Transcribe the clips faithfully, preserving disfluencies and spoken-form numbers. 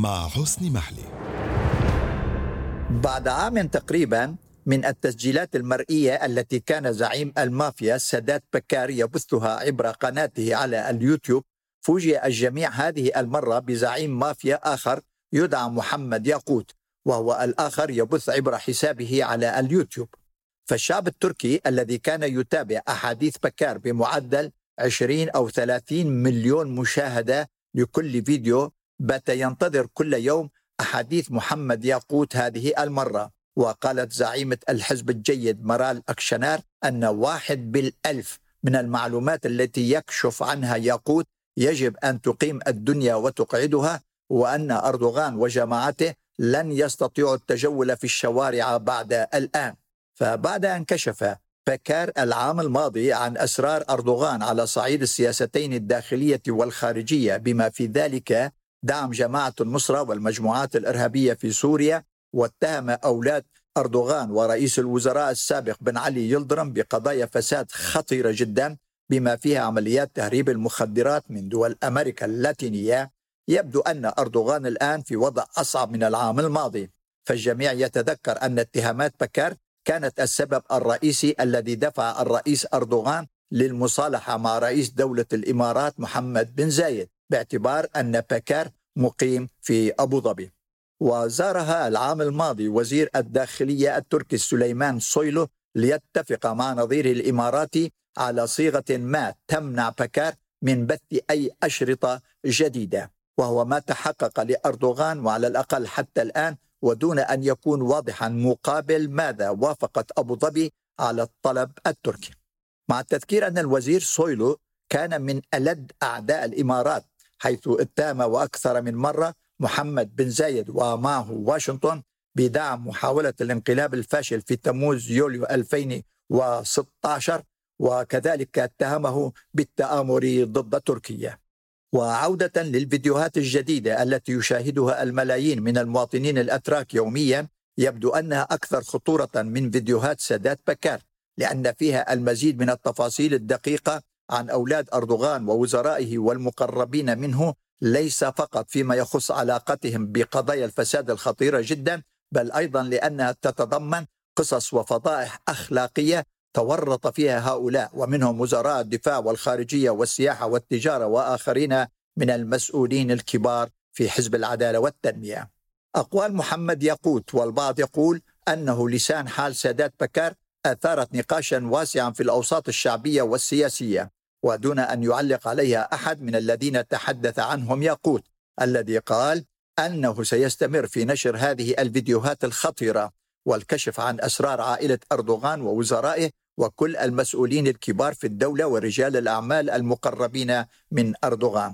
مع حسن محلي. بعد عام تقريبا من التسجيلات المرئية التي كان زعيم المافيا سادات بكار يبثها عبر قناته على اليوتيوب، فوجئ الجميع هذه المرة بزعيم مافيا آخر يدعى محمد ياقوت، وهو الآخر يبث عبر حسابه على اليوتيوب. فالشعب التركي الذي كان يتابع أحاديث بكار بمعدل عشرين أو ثلاثين مليون مشاهدة لكل فيديو بات ينتظر كل يوم أحاديث محمد ياقوت هذه المرة. وقالت زعيمة الحزب الجيد مرال أكشنار أن واحد بالألف من المعلومات التي يكشف عنها ياقوت يجب أن تقيم الدنيا وتقعدها، وأن أردوغان وجماعته لن يستطيعوا التجول في الشوارع بعد الآن. فبعد أن كشف بكار العام الماضي عن أسرار أردوغان على صعيد السياستين الداخلية والخارجية، بما في ذلك دعم جماعة النصرة والمجموعات الإرهابية في سوريا، واتهم أولاد أردوغان ورئيس الوزراء السابق بن علي يلدرم بقضايا فساد خطيرة جدا بما فيها عمليات تهريب المخدرات من دول أمريكا اللاتينية، يبدو أن أردوغان الآن في وضع أصعب من العام الماضي. فالجميع يتذكر أن اتهامات بكار كانت السبب الرئيسي الذي دفع الرئيس أردوغان للمصالحة مع رئيس دولة الإمارات محمد بن زايد، باعتبار أن بكار مقيم في أبو ظبي. وزارها العام الماضي وزير الداخلية التركي سليمان سويلو ليتفق مع نظيره الإماراتي على صيغة ما تمنع بكار من بث أي أشرطة جديدة، وهو ما تحقق لأردوغان وعلى الأقل حتى الآن، ودون أن يكون واضحا مقابل ماذا وافقت أبو ظبي على الطلب التركي. مع التذكير أن الوزير سويلو كان من ألد أعداء الإمارات، حيث اتهم وأكثر من مرة محمد بن زايد ومعه واشنطن بدعم محاولة الانقلاب الفاشل في تموز يوليو ألفين وستة عشر، وكذلك اتهمه بالتآمر ضد تركيا. وعودة للفيديوهات الجديدة التي يشاهدها الملايين من المواطنين الأتراك يوميا، يبدو أنها أكثر خطورة من فيديوهات سادات بكار، لأن فيها المزيد من التفاصيل الدقيقة عن أولاد أردوغان ووزرائه والمقربين منه، ليس فقط فيما يخص علاقتهم بقضايا الفساد الخطيرة جدا، بل أيضا لأنها تتضمن قصص وفضائح أخلاقية تورط فيها هؤلاء، ومنهم وزراء الدفاع والخارجية والسياحة والتجارة وآخرين من المسؤولين الكبار في حزب العدالة والتنمية. أقوال محمد ياقوت والبعض يقول أنه لسان حال سادات بكار أثارت نقاشا واسعا في الأوساط الشعبية والسياسية، ودون أن يعلق عليها أحد من الذين تحدث عنهم ياقوت، الذي قال أنه سيستمر في نشر هذه الفيديوهات الخطيرة والكشف عن أسرار عائلة أردوغان ووزرائه وكل المسؤولين الكبار في الدولة ورجال الأعمال المقربين من أردوغان.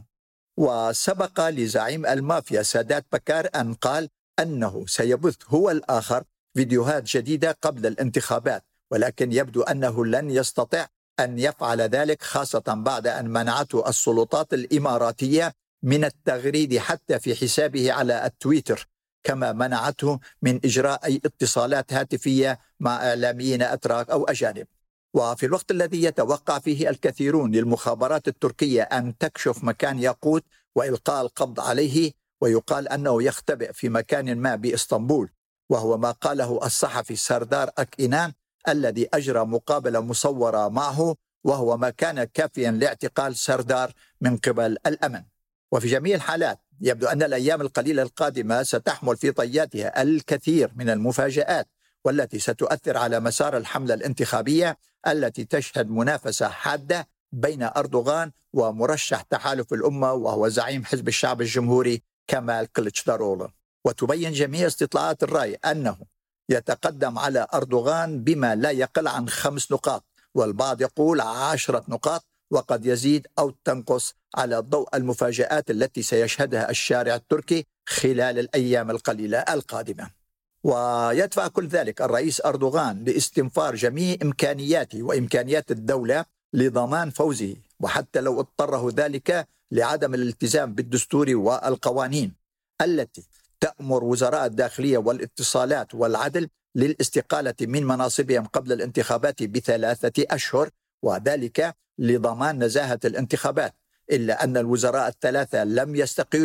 وسبق لزعيم المافيا سادات بكار أن قال أنه سيبث هو الآخر فيديوهات جديدة قبل الانتخابات، ولكن يبدو أنه لن يستطيع أن يفعل ذلك، خاصة بعد أن منعته السلطات الإماراتية من التغريد حتى في حسابه على التويتر، كما منعته من إجراء أي اتصالات هاتفية مع إعلاميين أتراك أو أجانب. وفي الوقت الذي يتوقع فيه الكثيرون للمخابرات التركية أن تكشف مكان ياقوت وإلقاء القبض عليه، ويقال أنه يختبئ في مكان ما بإسطنبول، وهو ما قاله الصحفي سردار أكينان الذي أجرى مقابلة مصورة معه، وهو ما كان كافيا لاعتقال سردار من قبل الأمن. وفي جميع الحالات يبدو أن الأيام القليلة القادمة ستحمل في طياتها الكثير من المفاجآت، والتي ستؤثر على مسار الحملة الانتخابية التي تشهد منافسة حادة بين أردوغان ومرشح تحالف الأمة وهو زعيم حزب الشعب الجمهوري كمال كليتشدارولو. وتبين جميع استطلاعات الرأي أنه يتقدم على أردوغان بما لا يقل عن خمس نقاط، والبعض يقول عشرة نقاط، وقد يزيد أو تنقص على ضوء المفاجآت التي سيشهدها الشارع التركي خلال الأيام القليلة القادمة. ويدفع كل ذلك الرئيس أردوغان لاستنفار جميع إمكانياته وإمكانيات الدولة لضمان فوزه، وحتى لو اضطره ذلك لعدم الالتزام بالدستور والقوانين التي تأمر وزراء الداخلية والاتصالات والعدل للاستقالة من مناصبهم قبل الانتخابات بثلاثة أشهر، وذلك لضمان نزاهة الانتخابات. إلا أن الوزراء الثلاثة لم يستقيلوا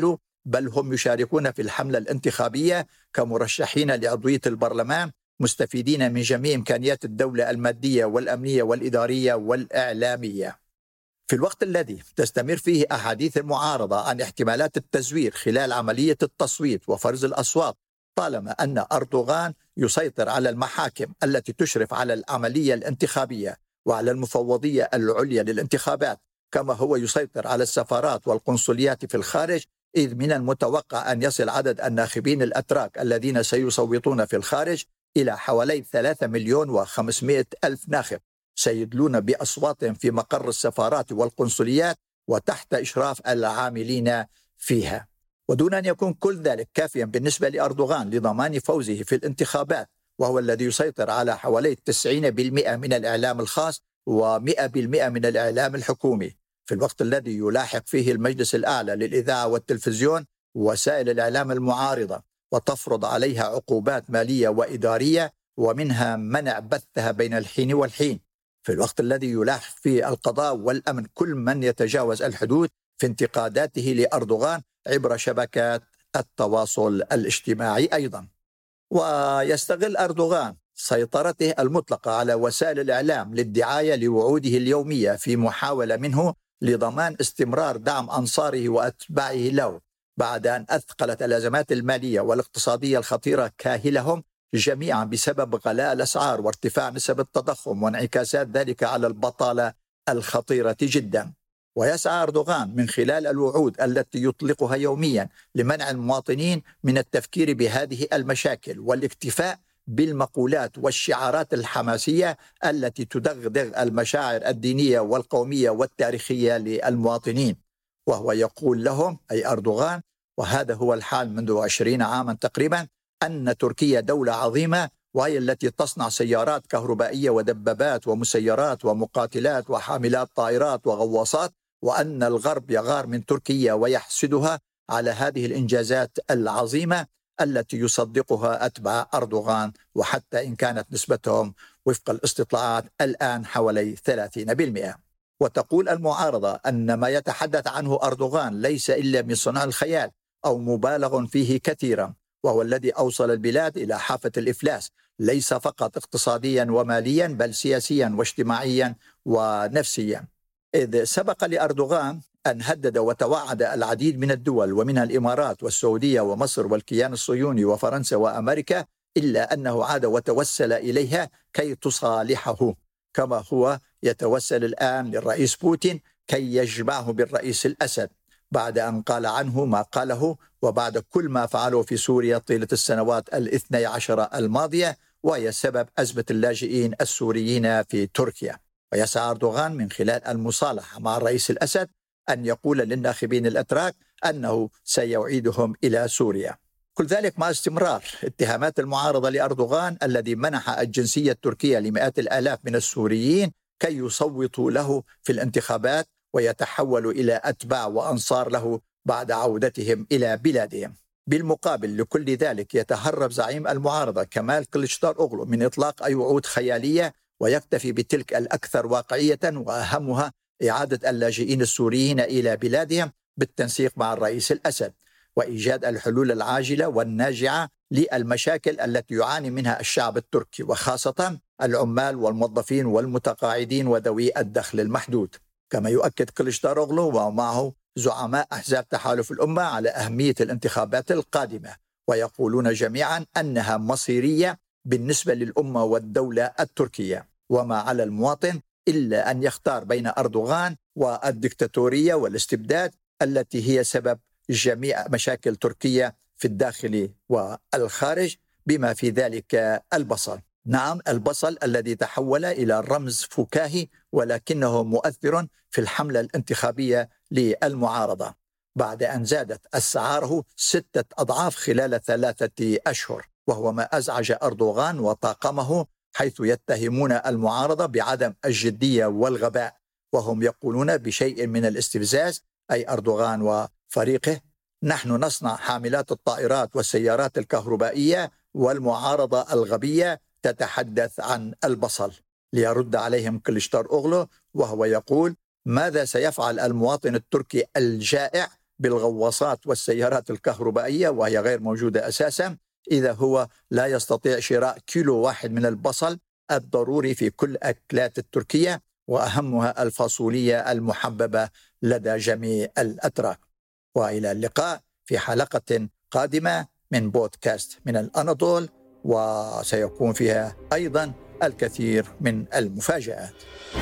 بل هم يشاركون في الحملة الانتخابية كمرشحين لعضوية البرلمان، مستفيدين من جميع إمكانيات الدولة المادية والأمنية والإدارية والإعلامية. في الوقت الذي تستمر فيه أحاديث المعارضة عن احتمالات التزوير خلال عملية التصويت وفرز الأصوات، طالما أن أردوغان يسيطر على المحاكم التي تشرف على العملية الانتخابية وعلى المفوضية العليا للانتخابات، كما هو يسيطر على السفارات والقنصليات في الخارج، إذ من المتوقع أن يصل عدد الناخبين الأتراك الذين سيصوتون في الخارج إلى حوالي ثلاثة مليون وخمسمائة ألف ناخب سيدلون بأصواتهم في مقر السفارات والقنصليات وتحت إشراف العاملين فيها. ودون أن يكون كل ذلك كافيا بالنسبة لأردوغان لضمان فوزه في الانتخابات، وهو الذي يسيطر على حوالي تسعين بالمئة من الإعلام الخاص ومئة بالمئة من الإعلام الحكومي، في الوقت الذي يلاحق فيه المجلس الأعلى للإذاعة والتلفزيون وسائل الإعلام المعارضة وتفرض عليها عقوبات مالية وإدارية، ومنها منع بثها بين الحين والحين، في الوقت الذي يلاحق فيه القضاء والأمن كل من يتجاوز الحدود في انتقاداته لأردوغان عبر شبكات التواصل الاجتماعي أيضا. ويستغل أردوغان سيطرته المطلقة على وسائل الإعلام للدعاية لوعوده اليومية في محاولة منه لضمان استمرار دعم أنصاره وأتباعه له، بعد أن أثقلت الأزمات المالية والاقتصادية الخطيرة كاهلهم جميعا بسبب غلاء الأسعار وارتفاع نسب التضخم وانعكاسات ذلك على البطالة الخطيرة جدا. ويسعى أردوغان من خلال الوعود التي يطلقها يوميا لمنع المواطنين من التفكير بهذه المشاكل والاكتفاء بالمقولات والشعارات الحماسية التي تدغدغ المشاعر الدينية والقومية والتاريخية للمواطنين، وهو يقول لهم أي أردوغان، وهذا هو الحال منذ عشرين عاما تقريبا، أن تركيا دولة عظيمة وهي التي تصنع سيارات كهربائية ودبابات ومسيرات ومقاتلات وحاملات طائرات وغواصات، وأن الغرب يغار من تركيا ويحسدها على هذه الإنجازات العظيمة التي يصدقها أتباع أردوغان، وحتى إن كانت نسبتهم وفق الاستطلاعات الآن حوالي ثلاثين بالمئة. وتقول المعارضة أن ما يتحدث عنه أردوغان ليس إلا من صنع الخيال أو مبالغ فيه كثيرا، وهو الذي أوصل البلاد إلى حافة الإفلاس، ليس فقط اقتصاديا وماليا بل سياسيا واجتماعيا ونفسيا. إذ سبق لأردوغان أن هدد وتوعد العديد من الدول ومنها الإمارات والسعودية ومصر والكيان الصهيوني وفرنسا وأمريكا، إلا أنه عاد وتوسل إليها كي تصالحه، كما هو يتوسل الآن للرئيس بوتين كي يجمعه بالرئيس الأسد، بعد أن قال عنه ما قاله وبعد كل ما فعله في سوريا طيلة السنوات الاثني عشر الماضية، وهي سبب أزمة اللاجئين السوريين في تركيا. ويسعى أردوغان من خلال المصالحة مع الرئيس الأسد أن يقول للناخبين الأتراك أنه سيعيدهم إلى سوريا. كل ذلك مع استمرار اتهامات المعارضة لأردوغان الذي منح الجنسية التركية لمئات الآلاف من السوريين كي يصوتوا له في الانتخابات ويتحولوا إلى أتباع وأنصار له بعد عودتهم إلى بلادهم. بالمقابل لكل ذلك يتهرب زعيم المعارضة كمال كليشداروغلو من إطلاق أي وعود خيالية، ويكتفي بتلك الأكثر واقعية وأهمها إعادة اللاجئين السوريين إلى بلادهم بالتنسيق مع الرئيس الأسد، وإيجاد الحلول العاجلة والناجعة للمشاكل التي يعاني منها الشعب التركي، وخاصة العمال والموظفين والمتقاعدين وذوي الدخل المحدود. كما يؤكد كليشداروغلو ومعه زعماء أحزاب تحالف الأمة على أهمية الانتخابات القادمة، ويقولون جميعا أنها مصيرية بالنسبة للأمة والدولة التركية، وما على المواطن إلا أن يختار بين أردوغان والدكتاتورية والاستبداد التي هي سبب جميع مشاكل تركيا في الداخل والخارج، بما في ذلك البصل. نعم، البصل الذي تحول إلى رمز فكاهي ولكنه مؤثر في الحملة الانتخابية للمعارضة، بعد أن زادت أسعاره ستة أضعاف خلال ثلاثة أشهر، وهو ما أزعج أردوغان وطاقمه، حيث يتهمون المعارضة بعدم الجدية والغباء، وهم يقولون بشيء من الاستفزاز، أي أردوغان وفريقه: نحن نصنع حاملات الطائرات والسيارات الكهربائية، والمعارضة الغبية تتحدث عن البصل. ليرد عليهم كليشداروغلو وهو يقول: ماذا سيفعل المواطن التركي الجائع بالغواصات والسيارات الكهربائية وهي غير موجودة أساسا، إذا هو لا يستطيع شراء كيلو واحد من البصل الضروري في كل أكلات التركية، وأهمها الفاصولية المحببة لدى جميع الأتراك. وإلى اللقاء في حلقة قادمة من بودكاست من الأناضول، وسيكون فيها أيضا الكثير من المفاجآت.